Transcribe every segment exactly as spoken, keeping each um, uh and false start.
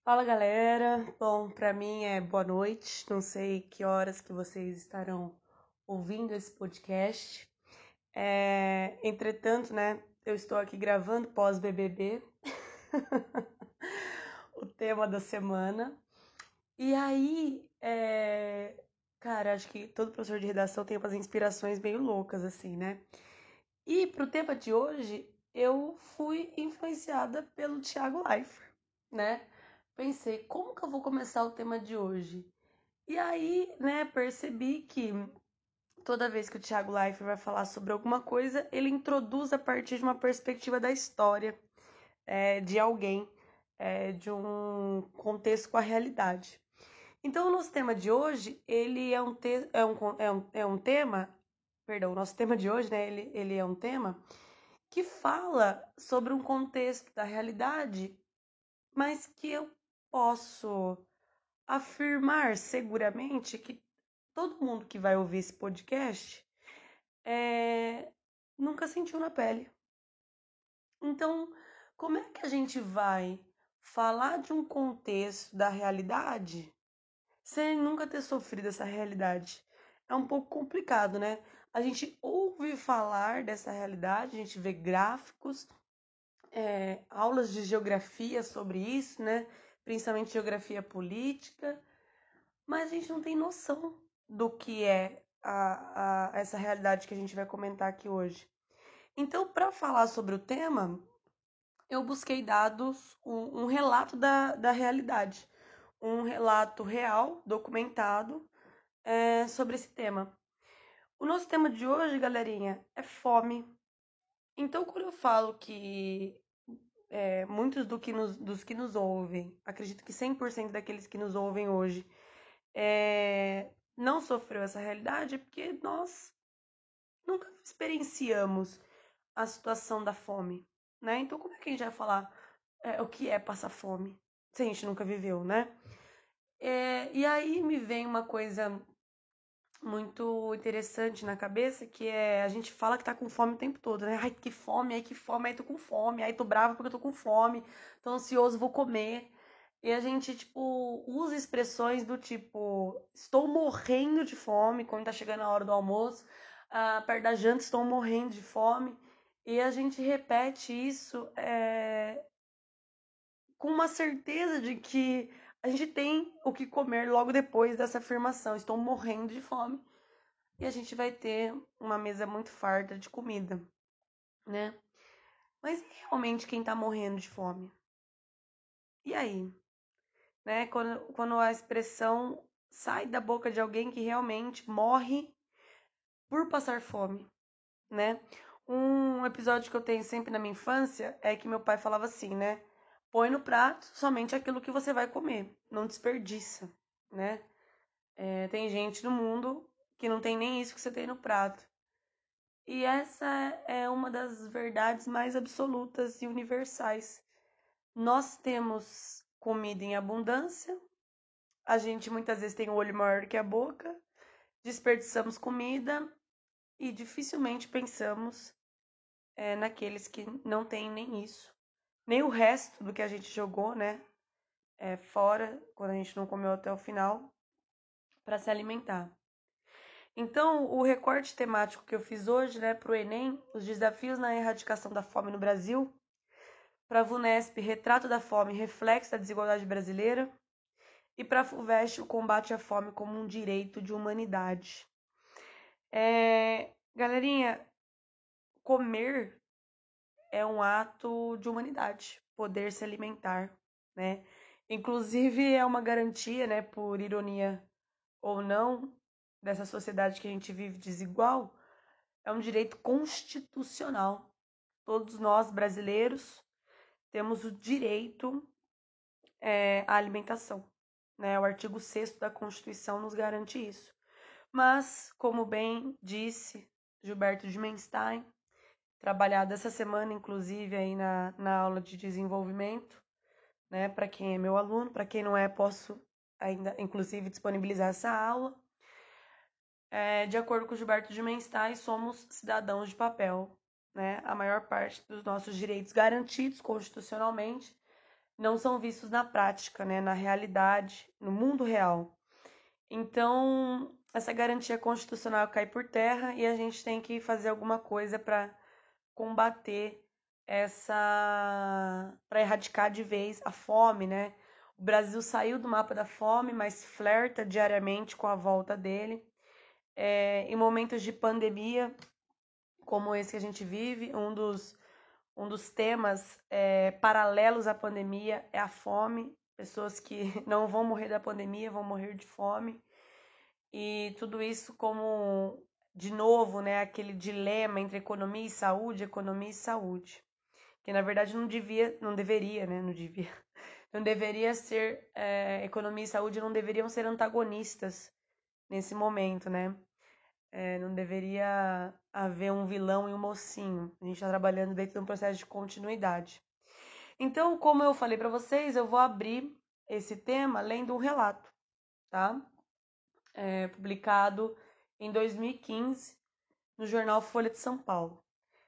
Fala galera, bom, pra mim é boa noite, não sei que horas que vocês estarão ouvindo esse podcast. É, entretanto, né, eu estou aqui gravando pós-B B B, o tema da semana. E aí, é, cara, acho que todo professor de redação tem umas inspirações meio loucas, assim, né? E pro tema de hoje, eu fui influenciada pelo Thiago Leifert, né? Pensei, como que eu vou começar o tema de hoje? E aí, né, percebi que toda vez que o Thiago Leifert vai falar sobre alguma coisa, ele introduz a partir de uma perspectiva da história, é, de alguém, é, de um contexto com a realidade. Então, o nosso tema de hoje, ele é um, te é um, é um, é um tema, perdão, o nosso tema de hoje, né, ele, ele é um tema que fala sobre um contexto da realidade, mas que eu posso afirmar seguramente que todo mundo que vai ouvir esse podcast é, nunca sentiu na pele. Então, como é que a gente vai falar de um contexto da realidade sem nunca ter sofrido essa realidade? É um pouco complicado, né? A gente ouve falar dessa realidade, a gente vê gráficos, é, aulas de geografia sobre isso, né? Principalmente geografia política, mas a gente não tem noção do que é a, a, essa realidade que a gente vai comentar aqui hoje. Então, para falar sobre o tema, eu busquei dados, um, um relato da, da realidade, um relato real, documentado, é, sobre esse tema. O nosso tema de hoje, galerinha, é fome. Então, quando eu falo que é, muitos do que nos, dos que nos ouvem, acredito que cem por cento daqueles que nos ouvem hoje, é, não sofreu essa realidade, é porque nós nunca experienciamos a situação da fome, né? Então, como é que a gente vai falar é, o que é passar fome se a gente nunca viveu, né? É, e aí me vem uma coisa muito interessante na cabeça, que é a gente fala que tá com fome o tempo todo, né? Ai, que fome, ai, que fome, ai, tô com fome, ai, tô brava porque eu tô com fome, tô ansioso, vou comer. E a gente, tipo, usa expressões do tipo, estou morrendo de fome quando tá chegando a hora do almoço, ah, perto da janta, estou morrendo de fome. E a gente repete isso é, com uma certeza de que a gente tem o que comer logo depois dessa afirmação, estou morrendo de fome. E a gente vai ter uma mesa muito farta de comida, né? Mas e realmente quem tá morrendo de fome? E aí? Né? Quando, quando a expressão sai da boca de alguém que realmente morre por passar fome, né? Um episódio que eu tenho sempre na minha infância é que meu pai falava assim, né? Põe no prato somente aquilo que você vai comer, não desperdiça, né? É, tem gente no mundo que não tem nem isso que você tem no prato. E essa é uma das verdades mais absolutas e universais. Nós temos comida em abundância, a gente muitas vezes tem o olho maior que a boca, desperdiçamos comida e dificilmente pensamos é, naqueles que não têm nem isso, nem o resto do que a gente jogou, né? É, fora, quando a gente não comeu até o final, para se alimentar. Então, o recorte temático que eu fiz hoje, né, para o Enem, os desafios na erradicação da fome no Brasil, para a VUNESP, retrato da fome, reflexo da desigualdade brasileira, e para a FUVEST, o combate à fome como um direito de humanidade. É, galerinha, comer é um ato de humanidade, poder se alimentar, né? Inclusive é uma garantia, né, por ironia ou não, dessa sociedade que a gente vive desigual, é um direito constitucional. Todos nós brasileiros temos o direito é, à alimentação, né? O artigo sexto da Constituição nos garante isso. Mas, como bem disse Gilberto de Menstein, trabalhado essa semana, inclusive, aí na, na aula de desenvolvimento, né? Para quem é meu aluno, para quem não é, posso ainda, inclusive, disponibilizar essa aula. É, de acordo com Gilberto de Menstein, somos cidadãos de papel, né? A maior parte dos nossos direitos garantidos constitucionalmente não são vistos na prática, né, na realidade, no mundo real. Então, essa garantia constitucional cai por terra e a gente tem que fazer alguma coisa para combater essa, para erradicar de vez a fome, né? O Brasil saiu do mapa da fome, mas flerta diariamente com a volta dele. É, em momentos de pandemia, como esse que a gente vive, um dos, um dos temas é, paralelos à pandemia é a fome. Pessoas que não vão morrer da pandemia, vão morrer de fome. E tudo isso como, de novo, né, aquele dilema entre economia e saúde, economia e saúde. Que na verdade não devia, não deveria, né, não devia, não deveria ser, é, economia e saúde não deveriam ser antagonistas nesse momento, né? É, não deveria haver um vilão e um mocinho. A gente está trabalhando dentro de um processo de continuidade. Então, como eu falei para vocês, eu vou abrir esse tema lendo um relato, tá? É, publicado em dois mil e quinze no jornal Folha de São Paulo.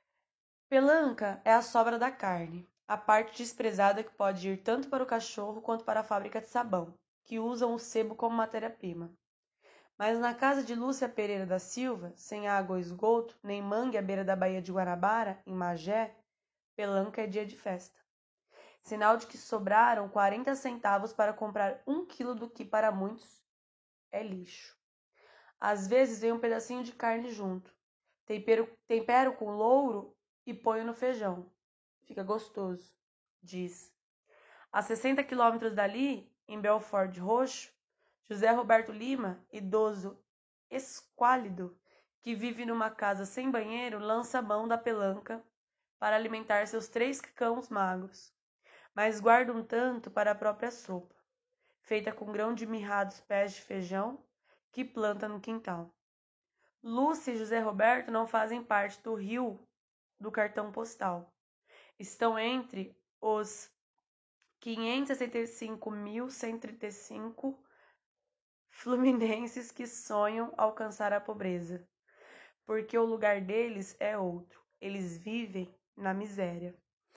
Pelanca é a sobra da carne, a parte desprezada que pode ir tanto para o cachorro quanto para a fábrica de sabão, que usam o sebo como matéria-prima. Mas na casa de Lúcia Pereira da Silva, sem água ou esgoto, nem mangue à beira da Baía de Guanabara, em Magé, pelanca é dia de festa. Sinal de que sobraram quarenta centavos para comprar um quilo do que, para muitos, é lixo. Às vezes vem um pedacinho de carne junto. Tempero, tempero com louro e ponho no feijão. Fica gostoso, diz. A sessenta quilômetros dali, em Belford Roxo, José Roberto Lima, idoso esquálido, que vive numa casa sem banheiro, lança mão da pelanca para alimentar seus três cãos magros, mas guarda um tanto para a própria sopa, feita com grão de mirrados pés de feijão que planta no quintal. Lúcia e José Roberto não fazem parte do rio do cartão postal. Estão entre os quinhentos e sessenta e cinco mil cento e trinta e cinco fluminenses que sonham alcançar a pobreza, porque o lugar deles é outro. Eles vivem na miséria.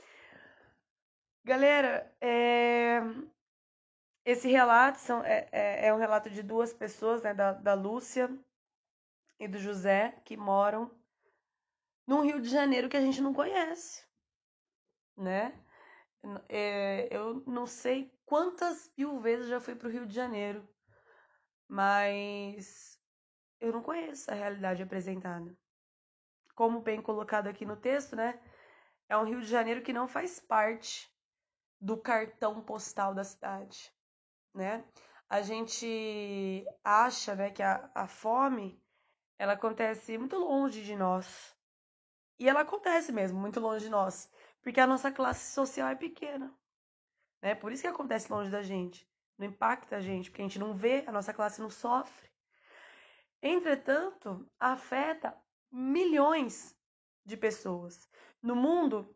Galera, é... esse relato são, é, é, é um relato de duas pessoas, né, da, da Lúcia e do José, que moram num Rio de Janeiro que a gente não conhece, né? É, eu não sei quantas mil vezes já fui pro Rio de Janeiro, mas eu não conheço a realidade apresentada. Como bem colocado aqui no texto, né? É um Rio de Janeiro que não faz parte do cartão postal da cidade, né? A gente acha, né, que a, a fome, ela acontece muito longe de nós. E ela acontece mesmo, muito longe de nós, porque a nossa classe social é pequena, né? Por isso que acontece longe da gente. Não impacta a gente, porque a gente não vê, a nossa classe não sofre. Entretanto, afeta milhões de pessoas. No mundo,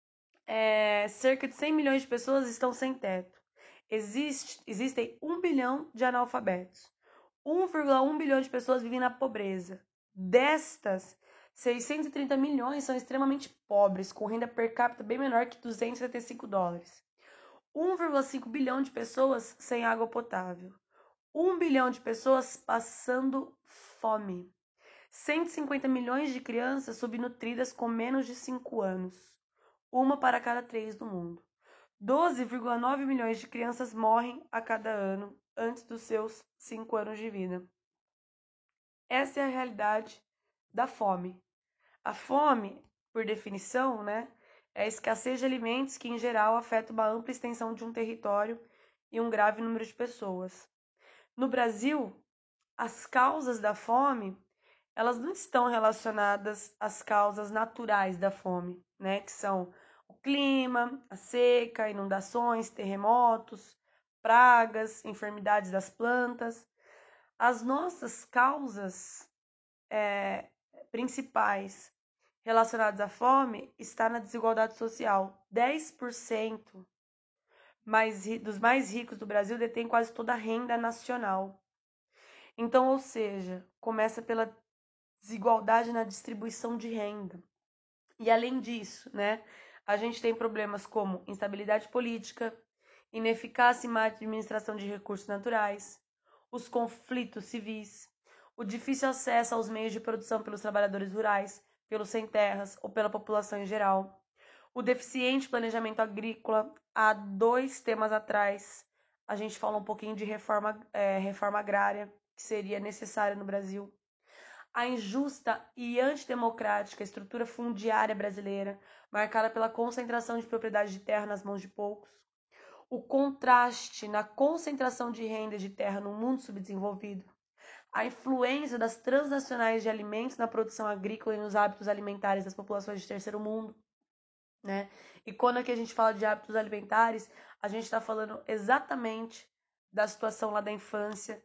é, cerca de cem milhões de pessoas estão sem teto. Existe, existem um bilhão de analfabetos. um vírgula um bilhão de pessoas vivem na pobreza. Destas, seiscentos e trinta milhões são extremamente pobres, com renda per capita bem menor que duzentos e setenta e cinco dólares. um vírgula cinco bilhão de pessoas sem água potável. um bilhão de pessoas passando fome. cento e cinquenta milhões de crianças subnutridas com menos de cinco anos. Uma para cada três do mundo. doze vírgula nove milhões de crianças morrem a cada ano antes dos seus cinco anos de vida. Essa é a realidade da fome. A fome, por definição, né, é a escassez de alimentos que, em geral, afeta uma ampla extensão de um território e um grave número de pessoas. No Brasil, as causas da fome, elas não estão relacionadas às causas naturais da fome, né, que são o clima, a seca, inundações, terremotos, pragas, enfermidades das plantas. As nossas causas é, principais relacionadas à fome está na desigualdade social. dez por cento mais, dos mais ricos do Brasil detêm quase toda a renda nacional. Então, ou seja, começa pela desigualdade na distribuição de renda. E além disso, né, a gente tem problemas como instabilidade política, ineficácia e má administração de recursos naturais, os conflitos civis, o difícil acesso aos meios de produção pelos trabalhadores rurais, pelos sem terras ou pela população em geral, o deficiente planejamento agrícola. Há dois temas atrás, a gente falou um pouquinho de reforma, é, reforma agrária, que seria necessária no Brasil. A injusta e antidemocrática estrutura fundiária brasileira, marcada pela concentração de propriedade de terra nas mãos de poucos. O contraste na concentração de renda e de terra no mundo subdesenvolvido. A influência das transnacionais de alimentos na produção agrícola e nos hábitos alimentares das populações de terceiro mundo. Né? E quando aqui a gente fala de hábitos alimentares, a gente está falando exatamente da situação lá da infância,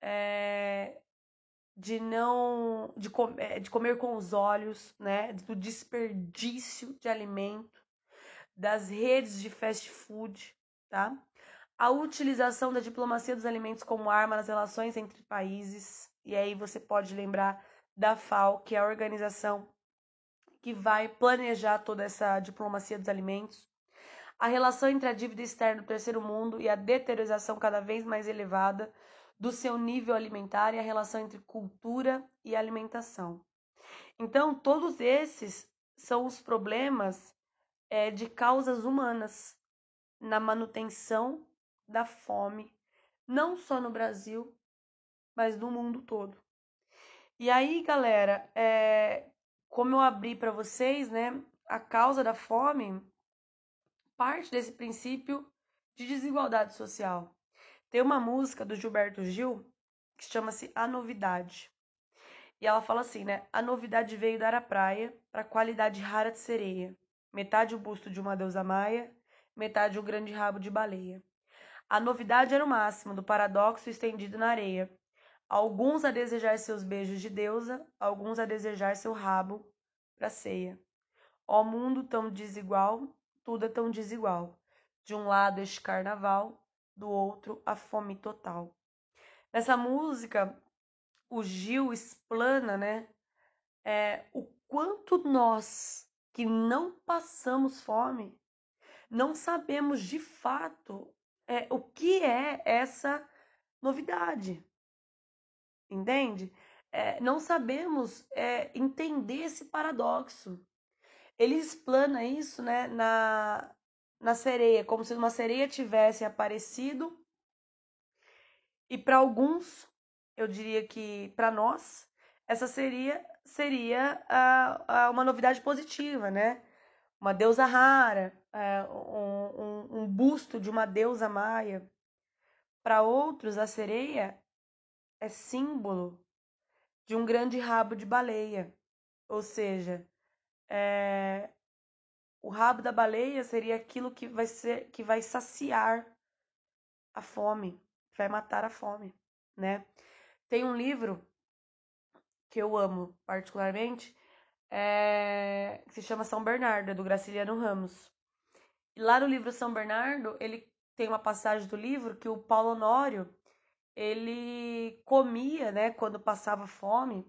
é, de não de, com, é, de comer com os olhos, né? Do desperdício de alimento, das redes de fast food, tá? A utilização da diplomacia dos alimentos como arma nas relações entre países, e aí você pode lembrar da FAO, que é a organização que vai planejar toda essa diplomacia dos alimentos. A relação entre a dívida externa do terceiro mundo e a deterioração cada vez mais elevada do seu nível alimentar e a relação entre cultura e alimentação. Então, todos esses são os problemas é, de causas humanas na manutenção da fome, não só no Brasil, mas no mundo todo. E aí, galera, é, como eu abri para vocês, né, a causa da fome parte desse princípio de desigualdade social. Tem uma música do Gilberto Gil que chama-se A Novidade. E ela fala assim, né? A novidade veio dar à praia para qualidade rara de sereia. Metade o busto de uma deusa maia, metade o grande rabo de baleia. A novidade era o máximo do paradoxo estendido na areia. Alguns a desejar seus beijos de deusa, alguns a desejar seu rabo para ceia. Ó mundo tão desigual, tudo é tão desigual. De um lado este carnaval, do outro a fome total. Nessa música, o Gil explana, né, é, o quanto nós que não passamos fome, não sabemos de fato é, o que é essa novidade, entende? É, não sabemos é, entender esse paradoxo. Ele explana isso, né, na, na sereia, como se uma sereia tivesse aparecido e para alguns, eu diria que para nós, essa seria seria uh, uh, uma novidade positiva, né? Uma deusa rara, uh, um, um, um busto de uma deusa maia. Para outros, a sereia é símbolo de um grande rabo de baleia, ou seja, é, o rabo da baleia seria aquilo que vai ser, que vai saciar a fome, que vai matar a fome, né? Tem um livro que eu amo particularmente, é, que se chama São Bernardo, é do Graciliano Ramos. E lá no livro São Bernardo, ele tem uma passagem do livro que o Paulo Honório, ele comia, né, quando passava fome,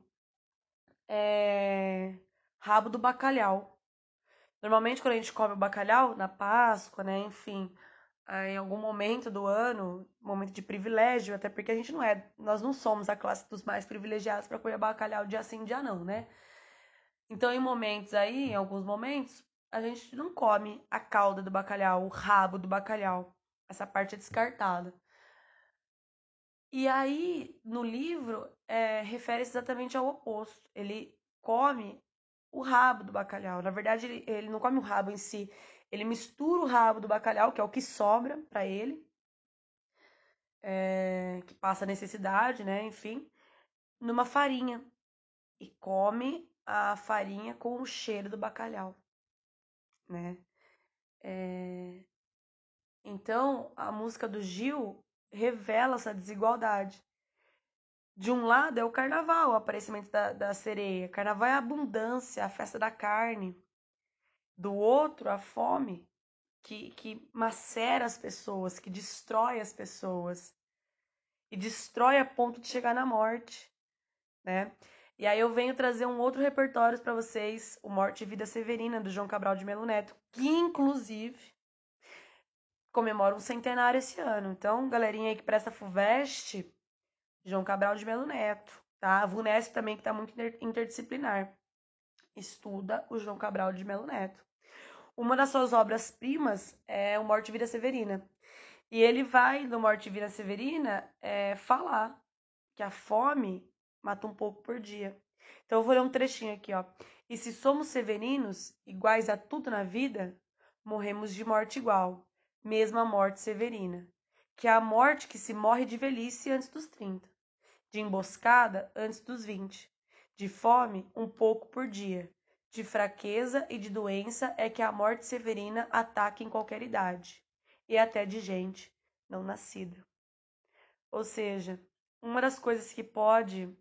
é, rabo do bacalhau. Normalmente, quando a gente come o bacalhau, na Páscoa, né, enfim, em algum momento do ano, momento de privilégio, até porque a gente não é, nós não somos a classe dos mais privilegiados para comer bacalhau dia sim, dia não, né? Então, em momentos aí, em alguns momentos, a gente não come a cauda do bacalhau, o rabo do bacalhau. Essa parte é descartada. E aí, no livro, é, refere-se exatamente ao oposto. Ele come o rabo do bacalhau. Na verdade, ele, ele não come o rabo em si. Ele mistura o rabo do bacalhau, que é o que sobra para ele, é, que passa necessidade, né? Enfim, numa farinha. E come a farinha com o cheiro do bacalhau, né? É... Então, a música do Gil revela essa desigualdade. De um lado é o carnaval, o aparecimento da, da sereia. Carnaval é a abundância, a festa da carne. Do outro, a fome, que, que macera as pessoas, que destrói as pessoas. E destrói a ponto de chegar na morte, né? E aí eu venho trazer um outro repertório para vocês, o Morte e Vida Severina, do João Cabral de Melo Neto, que inclusive comemora um centenário esse ano. Então, galerinha aí que presta FUVEST, João Cabral de Melo Neto, tá? A VUNESP também, que tá muito interdisciplinar. Estuda o João Cabral de Melo Neto. Uma das suas obras-primas é o Morte e Vida Severina. E ele vai, no Morte e Vida Severina, é, falar que a fome mata um pouco por dia. Então eu vou ler um trechinho aqui, ó. E se somos severinos, iguais a tudo na vida, morremos de morte igual, mesmo a morte severina, que é a morte que se morre de velhice antes dos trinta, de emboscada antes dos vinte, de fome um pouco por dia, de fraqueza e de doença é que a morte severina ataca em qualquer idade, e até de gente não nascida. Ou seja, uma das coisas que pode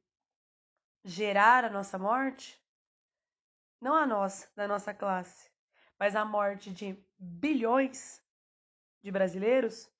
gerar a nossa morte, não a nossa, da nossa classe, mas a morte de bilhões de brasileiros,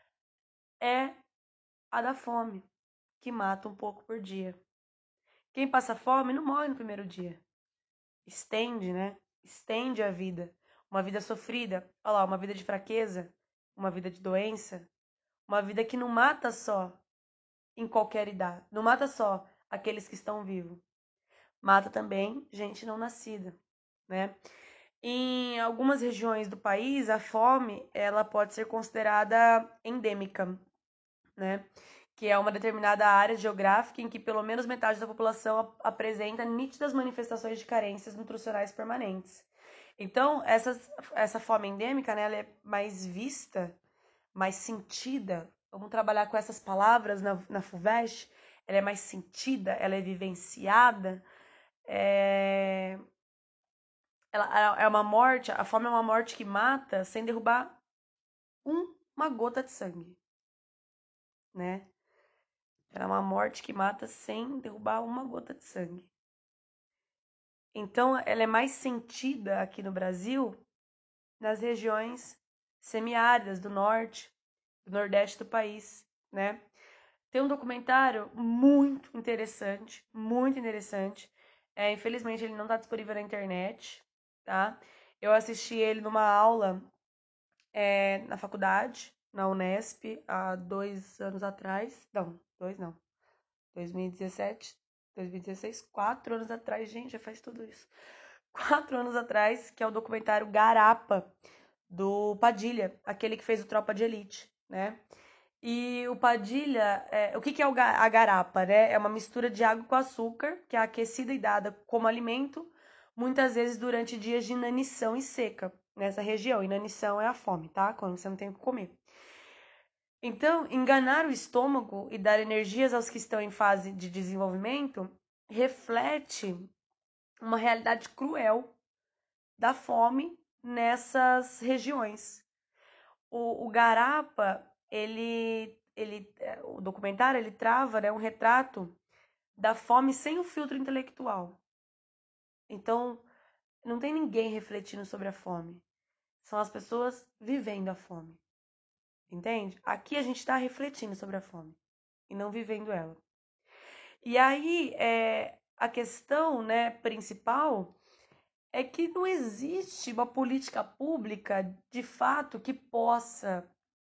é a da fome, que mata um pouco por dia. Quem passa fome não morre no primeiro dia. Estende, né? Estende a vida. Uma vida sofrida, olha lá, uma vida de fraqueza, uma vida de doença, uma vida que não mata só em qualquer idade, não mata só aqueles que estão vivos, mata também gente não nascida, né? Em algumas regiões do país, a fome ela pode ser considerada endêmica, né? Que é uma determinada área geográfica em que pelo menos metade da população apresenta nítidas manifestações de carências nutricionais permanentes. Então, essas, essa fome endêmica, né, ela é mais vista, mais sentida. Vamos trabalhar com essas palavras na, na FUVEST. Ela é mais sentida, ela é vivenciada. É... Ela é uma morte, a fome é uma morte que mata sem derrubar um, uma gota de sangue, né? Ela é uma morte que mata sem derrubar uma gota de sangue. Então, ela é mais sentida aqui no Brasil nas regiões semiáridas do norte, do nordeste do país, né? Tem um documentário muito interessante, muito interessante. É, infelizmente, ele não está disponível na internet, tá? Eu assisti ele numa aula é, na faculdade, na Unesp, há dois anos atrás. Não, dois não. dois mil e dezessete, dois mil e dezesseis, quatro anos atrás, gente, já faz tudo isso. Quatro anos atrás, que é o documentário Garapa, do Padilha, aquele que fez o Tropa de Elite, né? E o Padilha, é, o que, que é o, a garapa, né? É uma mistura de água com açúcar, que é aquecida e dada como alimento, muitas vezes durante dias de inanição e seca nessa região. Inanição é a fome, tá? Quando você não tem o que comer. Então, enganar o estômago e dar energias aos que estão em fase de desenvolvimento reflete uma realidade cruel da fome nessas regiões. O, o Garapa, ele, ele, o documentário, ele trava, né, um retrato da fome sem o filtro intelectual. Então, não tem ninguém refletindo sobre a fome. São as pessoas vivendo a fome. Entende? Aqui a gente está refletindo sobre a fome e não vivendo ela. E aí, é, a questão, né, principal é que não existe uma política pública, de fato, que possa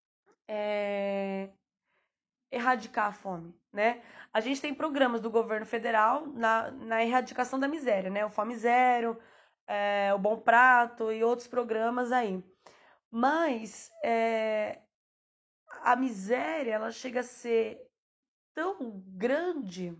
é, erradicar a fome, né? A gente tem programas do governo federal na, na erradicação da miséria, né? O Fome Zero, é, o Bom Prato e outros programas aí. Mas é, a miséria, ela chega a ser tão grande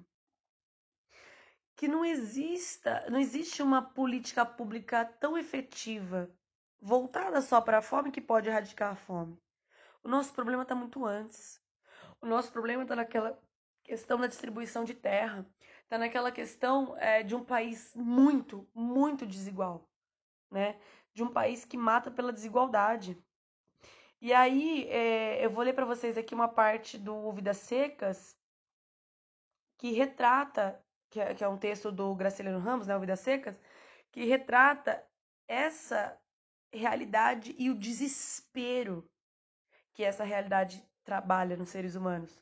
que não exista, não existe uma política pública tão efetiva voltada só para a fome que pode erradicar a fome. O nosso problema está muito antes. O nosso problema está naquela questão da distribuição de terra, está naquela questão é, de um país muito, muito desigual, né? De um país que mata pela desigualdade. E aí, é, eu vou ler para vocês aqui uma parte do Vidas Secas que retrata, que é, que é um texto do Graciliano Ramos, né, o Vidas Secas, que retrata essa realidade e o desespero que essa realidade trabalha nos seres humanos.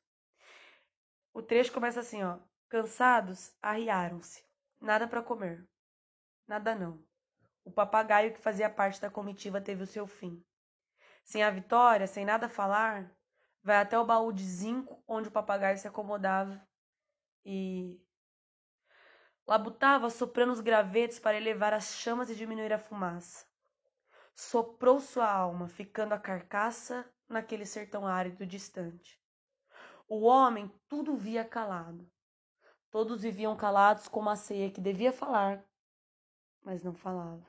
O trecho começa assim, ó. Cansados, arriaram-se. Nada para comer. Nada não. O papagaio que fazia parte da comitiva teve o seu fim. Sem a Vitória, sem nada falar, vai até o baú de zinco onde o papagaio se acomodava e labutava soprando os gravetos para elevar as chamas e diminuir a fumaça. Soprou sua alma, ficando a carcaça naquele sertão árido distante. O homem tudo via calado. Todos viviam calados como a ceia que devia falar, mas não falava.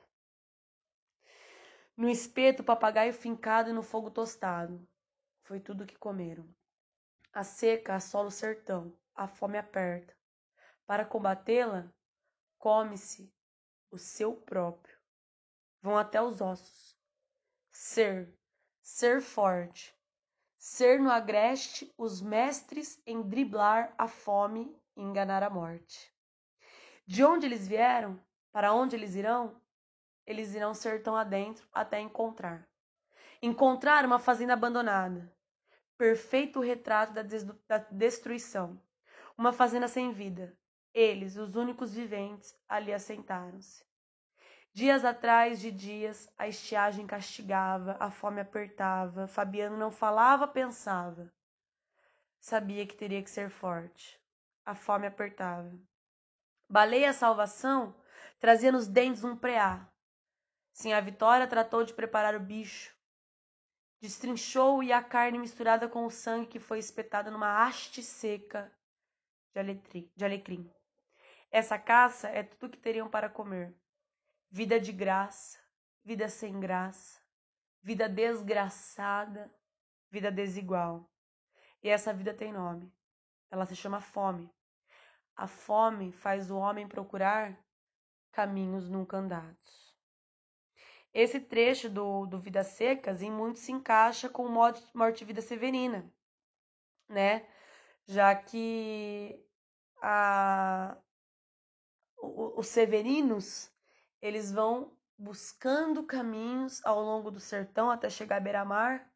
No espeto, o papagaio fincado e no fogo tostado. Foi tudo que comeram. A seca assola o sertão, a fome aperta. Para combatê-la, come-se o seu próprio. Vão até os ossos. Ser, ser forte. Ser no agreste os mestres em driblar a fome e enganar a morte. De onde eles vieram, para onde eles irão, eles irão sertão adentro até encontrar. Encontrar uma fazenda abandonada. Perfeito retrato da, des da destruição. Uma fazenda sem vida. Eles, os únicos viventes, ali assentaram-se. Dias atrás de dias, a estiagem castigava, a fome apertava, Fabiano não falava, pensava. Sabia que teria que ser forte. A fome apertava. Baleia a salvação trazia nos dentes um preá. Sim, a Vitória tratou de preparar o bicho. Destrinchou e a carne misturada com o sangue que foi espetada numa haste seca de alecrim. Essa caça é tudo que teriam para comer. Vida de graça, vida sem graça, vida desgraçada, vida desigual. E essa vida tem nome. Ela se chama fome. A fome faz o homem procurar caminhos nunca andados. Esse trecho do, do Vidas Secas em muito se encaixa com Morte e Vida Severina, né? Já que a, o, os severinos, eles vão buscando caminhos ao longo do sertão até chegar à beira-mar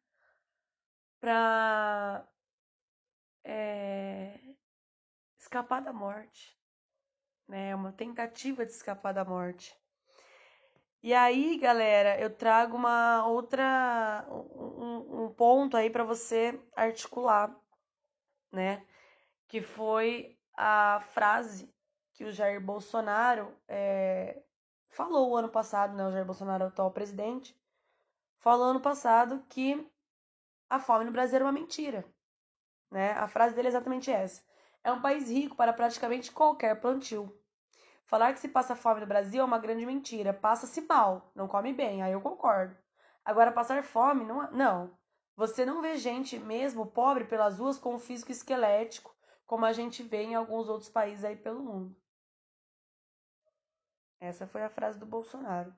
para é, escapar da morte, né? Uma tentativa de escapar da morte. E aí, galera, eu trago uma outra um, um ponto aí para você articular, né? Que foi a frase que o Jair Bolsonaro é, falou o ano passado, né? O Jair Bolsonaro, atual presidente, falou ano passado que a fome no Brasil era uma mentira, né? A frase dele é exatamente essa. É um país rico para praticamente qualquer plantio. Falar que se passa fome no Brasil é uma grande mentira. Passa-se mal, não come bem, aí eu concordo. Agora, passar fome, não, não. Você não vê gente mesmo pobre pelas ruas com um físico esquelético, como a gente vê em alguns outros países aí pelo mundo. Essa foi a frase do Bolsonaro.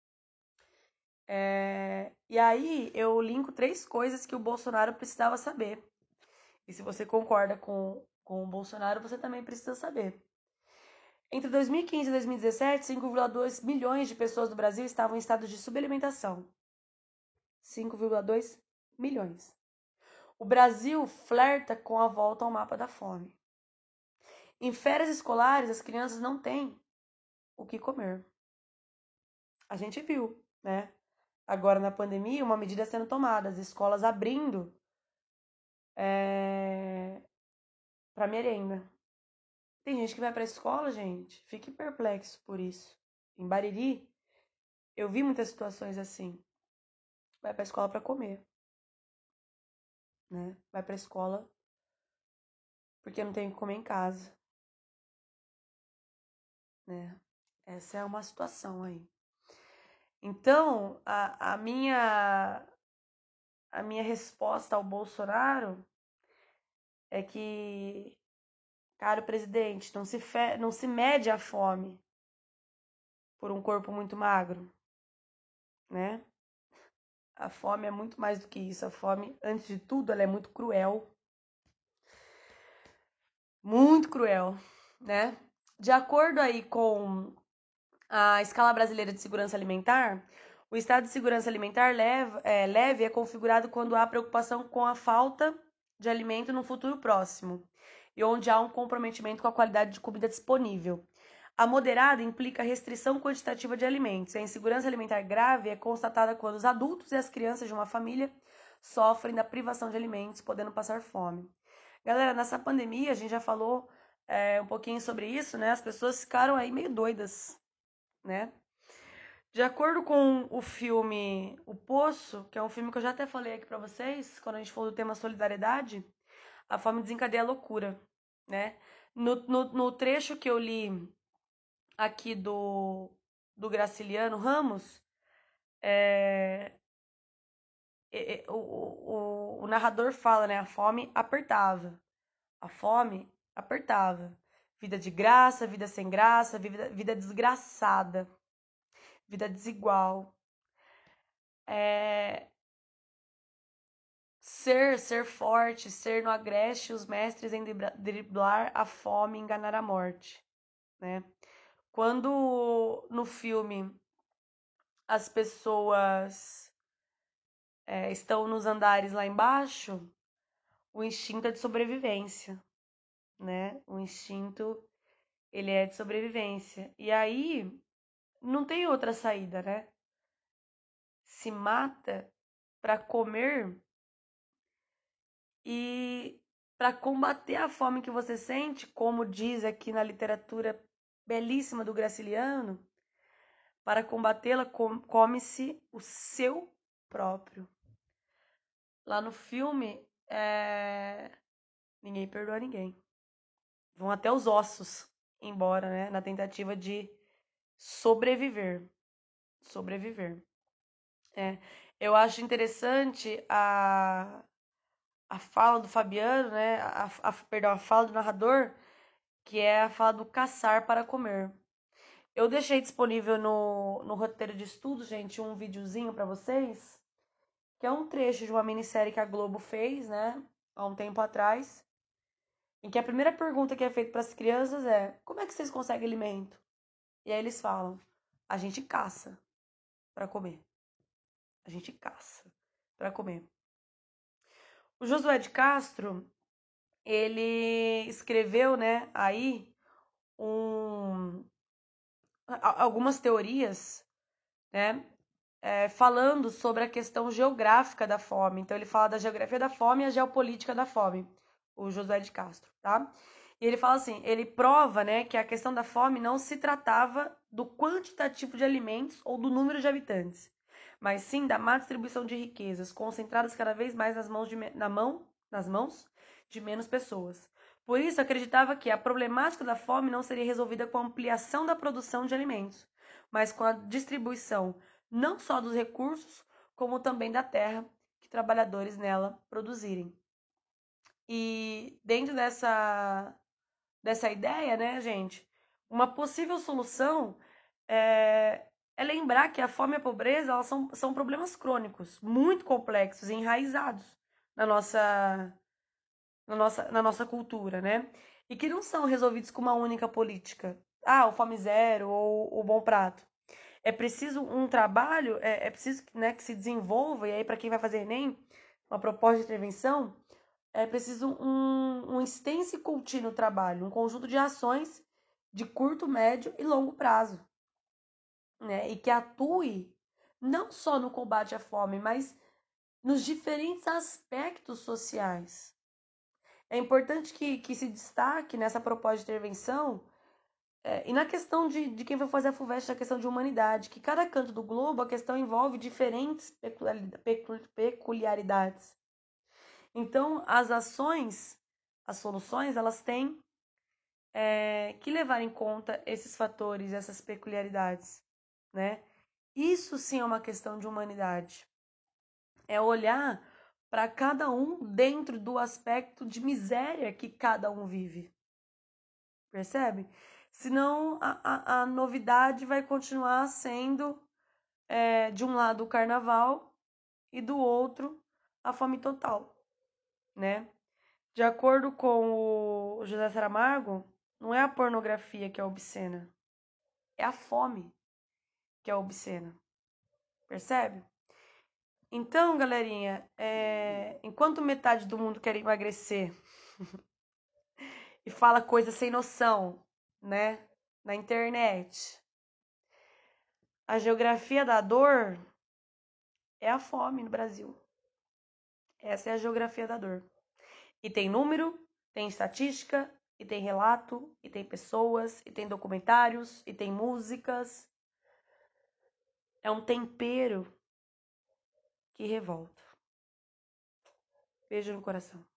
É... E aí eu linko três coisas que o Bolsonaro precisava saber. E se você concorda com, com o Bolsonaro, você também precisa saber. Entre dois mil e quinze e dois mil e dezessete, cinco vírgula dois milhões de pessoas do Brasil estavam em estado de subalimentação. cinco vírgula dois milhões. O Brasil flerta com a volta ao mapa da fome. Em férias escolares, as crianças não têm o que comer. A gente viu, né? Agora na pandemia, uma medida sendo tomada, as escolas abrindo é... para merenda. Tem gente que vai para a escola, gente, fique perplexo por isso. Em Bariri, eu vi muitas situações assim. Vai para a escola para comer, né? Vai para a escola porque não tem o que comer em casa, né? Essa é uma situação aí. Então, a, a minha a minha resposta ao Bolsonaro é que, caro presidente, não se, fe, não se mede a fome por um corpo muito magro, né? A fome é muito mais do que isso. A fome, antes de tudo, ela é muito cruel. Muito cruel, né? De acordo aí com a escala brasileira de segurança alimentar, o estado de segurança alimentar leve é, leve é configurado quando há preocupação com a falta de alimento no futuro próximo e onde há um comprometimento com a qualidade de comida disponível. A moderada implica restrição quantitativa de alimentos. A insegurança alimentar grave é constatada quando os adultos e as crianças de uma família sofrem da privação de alimentos, podendo passar fome. Galera, nessa pandemia, a gente já falou é, um pouquinho sobre isso, né? As pessoas ficaram aí meio doidas, né? De acordo com o filme O Poço, que é um filme que eu já até falei aqui pra vocês, quando a gente falou do tema solidariedade, a fome desencadeia a loucura, né? No, no, no trecho que eu li aqui do, do Graciliano Ramos, é, é, o, o, o narrador fala, né? A fome apertava. A fome apertava. Vida de graça, vida sem graça, vida, vida desgraçada, vida desigual. É, ser, ser forte, ser no agreste os mestres em driblar a fome e enganar a morte, né? Quando no filme as pessoas é, estão nos andares lá embaixo, o instinto é de sobrevivência, né? O instinto, ele é de sobrevivência. E aí, não tem outra saída, né? Se mata para comer e para combater a fome que você sente, como diz aqui na literatura belíssima do Graciliano, para combatê-la, come-se o seu próprio. Lá no filme, é... ninguém perdoa ninguém. Vão até os ossos embora, né? Na tentativa de sobreviver. Sobreviver. É. Eu acho interessante a, a fala do Fabiano, né? A, a, perdão, a fala do narrador, que é a fala do caçar para comer. Eu deixei disponível no, no roteiro de estudo, gente, um videozinho para vocês, que é um trecho de uma minissérie que a Globo fez, né? Há um tempo atrás, em que a primeira pergunta que é feita para as crianças é: como é que vocês conseguem alimento? E aí eles falam: a gente caça para comer. A gente caça para comer. O Josué de Castro, ele escreveu, né, aí um, algumas teorias, né, é, falando sobre a questão geográfica da fome. Então ele fala da geografia da fome e a geopolítica da fome, o Josué de Castro, tá? E ele fala assim, ele prova, né, que a questão da fome não se tratava do quantitativo de alimentos ou do número de habitantes, mas sim da má distribuição de riquezas, concentradas cada vez mais nas mãos de, na mão, nas mãos de menos pessoas. Por isso, acreditava que a problemática da fome não seria resolvida com a ampliação da produção de alimentos, mas com a distribuição não só dos recursos, como também da terra que trabalhadores nela produzirem. E dentro dessa, dessa ideia, né, gente, uma possível solução é, é lembrar que a fome e a pobreza elas são, são problemas crônicos, muito complexos e enraizados na nossa, na, nossa, na nossa cultura, né? E que não são resolvidos com uma única política. Ah, o fome zero ou o bom prato. É preciso um trabalho, é, é preciso, né, que se desenvolva, e aí para quem vai fazer Enem, uma proposta de intervenção, é preciso um, um extenso e contínuo trabalho, um conjunto de ações de curto, médio e longo prazo, né, e que atue não só no combate à fome, mas nos diferentes aspectos sociais. É importante que, que se destaque nessa proposta de intervenção é, e na questão de, de quem vai fazer a FUVEST, a questão de humanidade, que cada canto do globo a questão envolve diferentes peculiaridades. Então, as ações, as soluções, elas têm é, que levar em conta esses fatores, essas peculiaridades, né? Isso sim é uma questão de humanidade. É olhar para cada um dentro do aspecto de miséria que cada um vive. Percebe? Senão a, a, a novidade vai continuar sendo, é, de um lado, o carnaval e do outro, a fome total, né? De acordo com o José Saramago, não é a pornografia que é obscena, é a fome que é obscena. Percebe? Então, galerinha, é, enquanto metade do mundo quer emagrecer e fala coisa sem noção, né? na internet. A geografia da dor é a fome no Brasil. Essa é a geografia da dor. E tem número, tem estatística, e tem relato, e tem pessoas, e tem documentários, e tem músicas. É um tempero que revolta. Beijo no coração.